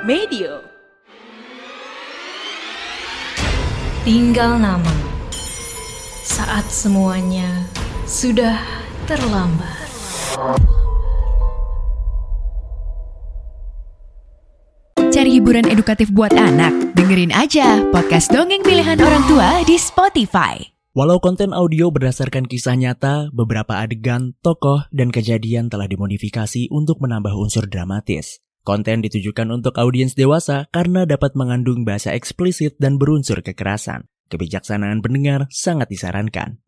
Medio. Tinggal nama. Saat semuanya sudah terlambat. Cari hiburan edukatif buat anak? Dengerin aja podcast Dongeng Pilihan Orang Tua di Spotify. Walau konten audio berdasarkan kisah nyata, beberapa adegan, tokoh, dan kejadian telah dimodifikasi untuk menambah unsur dramatis. Konten ditujukan untuk audiens dewasa karena dapat mengandung bahasa eksplisit dan berunsur kekerasan. Kebijaksanaan pendengar sangat disarankan.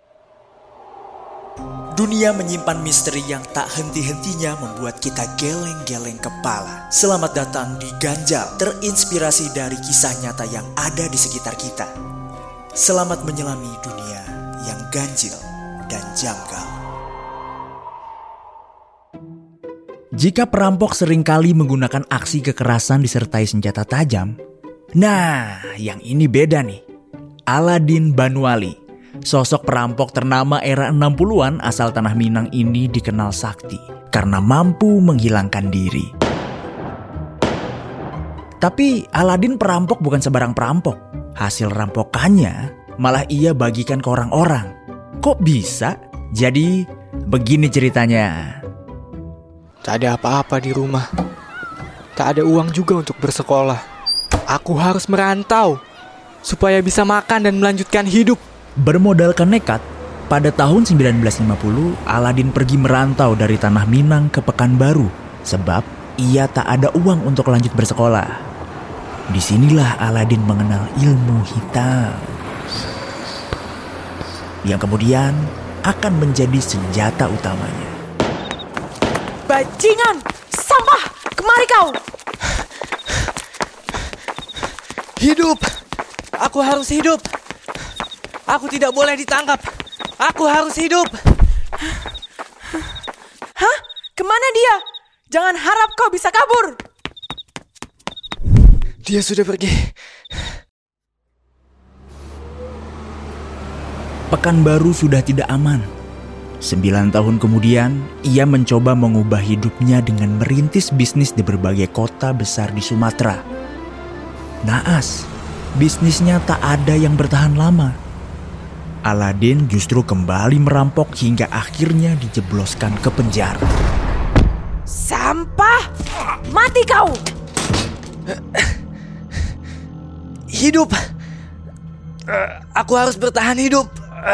Dunia menyimpan misteri yang tak henti-hentinya membuat kita geleng-geleng kepala. Selamat datang di Ganjal, terinspirasi dari kisah nyata yang ada di sekitar kita. Selamat menyelami dunia yang ganjil dan janggal. Jika perampok seringkali menggunakan aksi kekerasan disertai senjata tajam, nah, yang ini beda nih. Aladin Banwali, sosok perampok ternama era 60-an asal Tanah Minang ini dikenal sakti karena mampu menghilangkan diri. Tapi Aladin perampok bukan sebarang perampok. Hasil rampokannya malah ia bagikan ke orang-orang. Kok bisa? Jadi begini ceritanya. Tak ada apa-apa di rumah. Tak ada uang juga untuk bersekolah. Aku harus merantau supaya bisa makan dan melanjutkan hidup. Bermodalkan nekat, pada tahun 1950 Aladin pergi merantau dari Tanah Minang ke Pekanbaru sebab ia tak ada uang untuk lanjut bersekolah. Disinilah Aladin mengenal ilmu hitam yang kemudian akan menjadi senjata utamanya. Bajingan! Sampah! Kemari kau! Hidup! Aku harus hidup! Aku tidak boleh ditangkap! Aku harus hidup! Hah? Kemana dia? Jangan harap kau bisa kabur! Dia sudah pergi. Pekanbaru sudah tidak aman. 9 tahun kemudian, ia mencoba mengubah hidupnya dengan merintis bisnis di berbagai kota besar di Sumatera. Naas, bisnisnya tak ada yang bertahan lama. Aladin justru kembali merampok hingga akhirnya dijebloskan ke penjara. Sampah! Mati kau! Hidup! Aku harus bertahan hidup.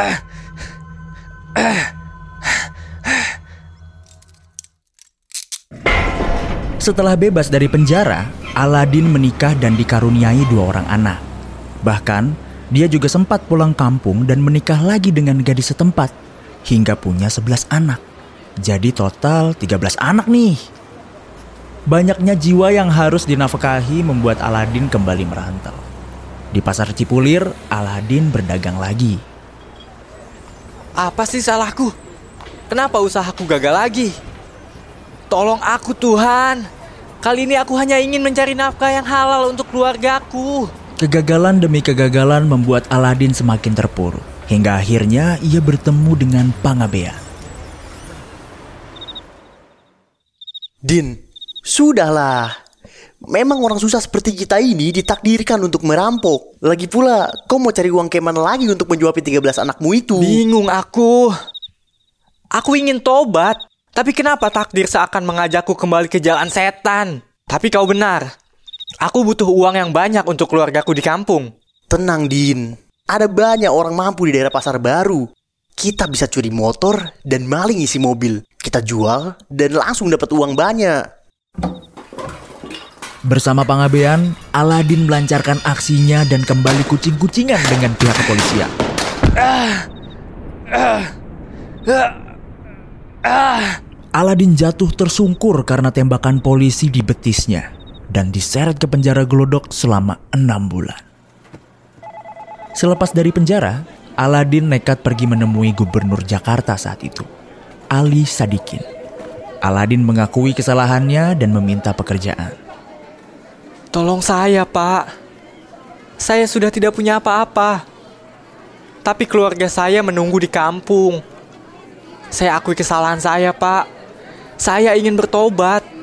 Setelah bebas dari penjara, Aladin menikah dan dikaruniai 2 orang anak. Bahkan, dia juga sempat pulang kampung dan menikah lagi dengan gadis setempat, hingga punya 11 anak. Jadi total 13 anak nih. Banyaknya jiwa yang harus dinafkahi membuat Aladin kembali merantau. Di pasar Cipulir, Aladin berdagang lagi. Apa sih salahku? Kenapa usahaku gagal lagi? Tolong aku Tuhan. Kali ini aku hanya ingin mencari nafkah yang halal untuk keluargaku. Kegagalan demi kegagalan membuat Aladin semakin terpuruk. Hingga akhirnya ia bertemu dengan Pangabean. Din, sudahlah. Memang orang susah seperti kita ini ditakdirkan untuk merampok. Lagi pula, kau mau cari uang kemana lagi untuk menjawab 13 anakmu itu? Bingung aku. Aku ingin tobat. Tapi kenapa takdir seakan mengajakku kembali ke jalan setan? Tapi kau benar. Aku butuh uang yang banyak untuk keluargaku di kampung. Tenang, Din. Ada banyak orang mampu di daerah Pasar Baru. Kita bisa curi motor dan maling isi mobil. Kita jual dan langsung dapat uang banyak. Bersama Pangabean, Aladin melancarkan aksinya dan kembali kucing-kucingan dengan pihak kepolisian. Aladin jatuh tersungkur karena tembakan polisi di betisnya dan diseret ke penjara Glodok selama 6 bulan. Selepas dari penjara, Aladin nekat pergi menemui Gubernur Jakarta saat itu, Ali Sadikin. Aladin mengakui kesalahannya dan meminta pekerjaan. Tolong saya, Pak. Saya sudah tidak punya apa-apa. Tapi keluarga saya menunggu di kampung. Saya akui kesalahan saya, Pak. Saya ingin bertobat.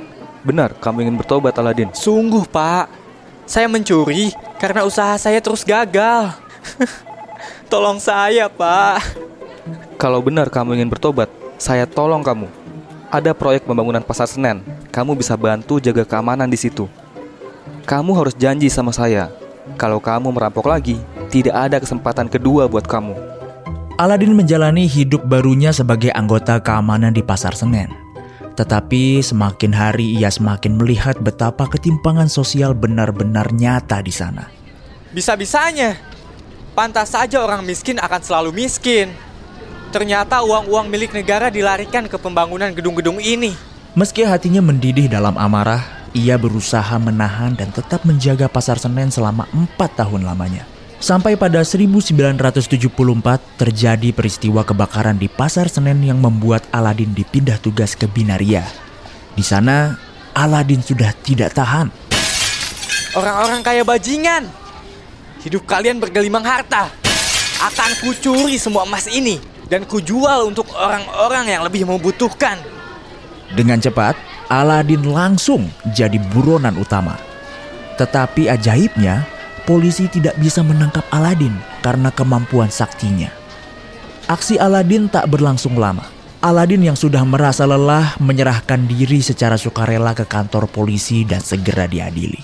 benar kamu ingin bertobat, Aladin? Sungguh, Pak. Saya mencuri karena usaha saya terus gagal. Tolong saya, Pak. Kalau benar kamu ingin bertobat, saya tolong kamu. Ada proyek pembangunan Pasar Senen. Kamu bisa bantu jaga keamanan di situ. Kamu harus janji sama saya. Kalau kamu merampok lagi, tidak ada kesempatan kedua buat kamu. Aladin menjalani hidup barunya sebagai anggota keamanan di Pasar Senen. Tetapi semakin hari ia semakin melihat betapa ketimpangan sosial benar-benar nyata di sana. Bisa-bisanya. Pantas saja orang miskin akan selalu miskin. Ternyata uang-uang milik negara dilarikan ke pembangunan gedung-gedung ini. Meski hatinya mendidih dalam amarah, ia berusaha menahan dan tetap menjaga Pasar Senen selama 4 tahun lamanya. Sampai pada 1974 terjadi peristiwa kebakaran di Pasar Senen yang membuat Aladin dipindah tugas ke Binaria. Di sana, Aladin sudah tidak tahan. Orang-orang kaya bajingan. Hidup kalian bergelimang harta. Akan kucuri semua emas ini dan kujual untuk orang-orang yang lebih membutuhkan. Dengan cepat, Aladin langsung jadi buronan utama. Tetapi ajaibnya, polisi tidak bisa menangkap Aladin karena kemampuan saktinya. Aksi Aladin tak berlangsung lama. Aladin yang sudah merasa lelah menyerahkan diri secara sukarela ke kantor polisi dan segera diadili.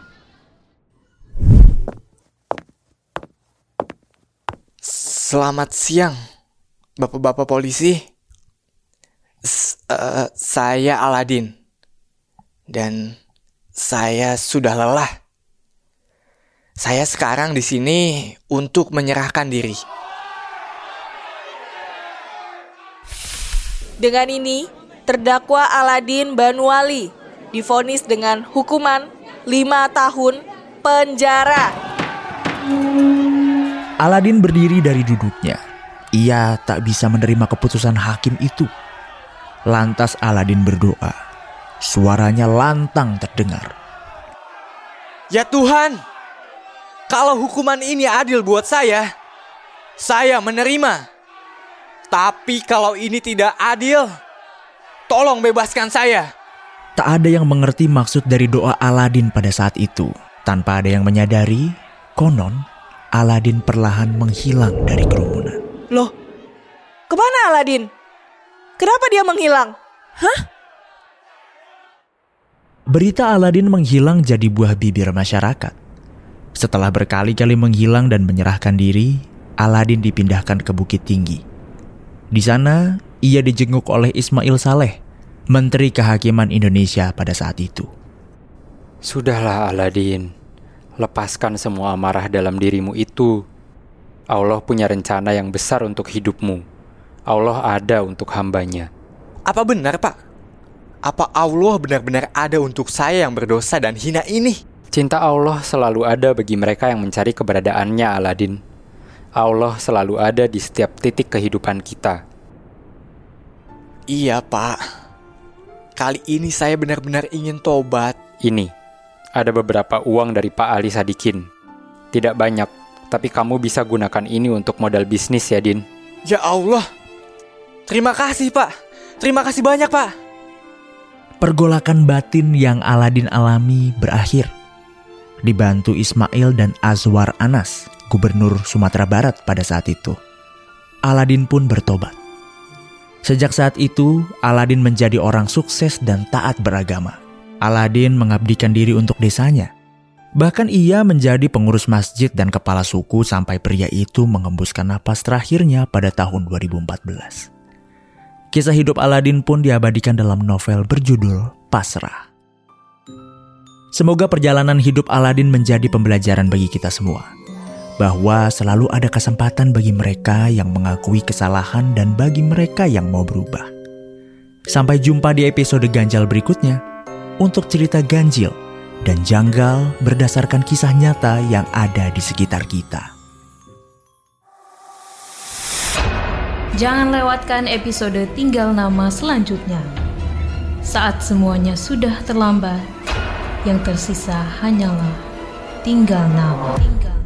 Selamat siang, Bapak-bapak polisi. Saya Aladin. Dan saya sudah lelah. Saya sekarang di sini untuk menyerahkan diri. Dengan ini, terdakwa Aladin Banuali divonis dengan hukuman 5 tahun penjara. Aladin berdiri dari duduknya. Ia tak bisa menerima keputusan hakim itu. Lantas Aladin berdoa. Suaranya lantang terdengar. Ya Tuhan, kalau hukuman ini adil buat saya menerima. Tapi kalau ini tidak adil, tolong bebaskan saya. Tak ada yang mengerti maksud dari doa Aladin pada saat itu. Tanpa ada yang menyadari, konon Aladin perlahan menghilang dari kerumunan. Loh, kemana Aladin? Kenapa dia menghilang? Hah? Berita Aladin menghilang jadi buah bibir masyarakat. Setelah berkali-kali menghilang dan menyerahkan diri, Aladin dipindahkan ke Bukit Tinggi. Di sana, ia dijenguk oleh Ismail Saleh, Menteri Kehakiman Indonesia pada saat itu. Sudahlah Aladin, lepaskan semua amarah dalam dirimu itu. Allah punya rencana yang besar untuk hidupmu. Allah ada untuk hambanya. Apa benar, Pak? Apa Allah benar-benar ada untuk saya yang berdosa dan hina ini? Cinta Allah selalu ada bagi mereka yang mencari keberadaannya, Aladin. Allah selalu ada di setiap titik kehidupan kita. Iya, Pak. Kali ini saya benar-benar ingin tobat. Ini, ada beberapa uang dari Pak Ali Sadikin. Tidak banyak, tapi kamu bisa gunakan ini untuk modal bisnis ya, Din. Ya Allah. Terima kasih, Pak. Terima kasih banyak, Pak. Pergolakan batin yang Aladin alami berakhir. Dibantu Ismail dan Azwar Anas, Gubernur Sumatera Barat pada saat itu. Aladin pun bertobat. Sejak saat itu, Aladin menjadi orang sukses dan taat beragama. Aladin mengabdikan diri untuk desanya. Bahkan ia menjadi pengurus masjid dan kepala suku sampai pria itu mengembuskan napas terakhirnya pada tahun 2014. Kisah hidup Aladin pun diabadikan dalam novel berjudul Pasrah. Semoga perjalanan hidup Aladin menjadi pembelajaran bagi kita semua. Bahwa selalu ada kesempatan bagi mereka yang mengakui kesalahan dan bagi mereka yang mau berubah. Sampai jumpa di episode ganjal berikutnya untuk cerita ganjil dan janggal berdasarkan kisah nyata yang ada di sekitar kita. Jangan lewatkan episode Tinggal Nama selanjutnya. Saat semuanya sudah terlambat, yang tersisa hanyalah tinggal nama.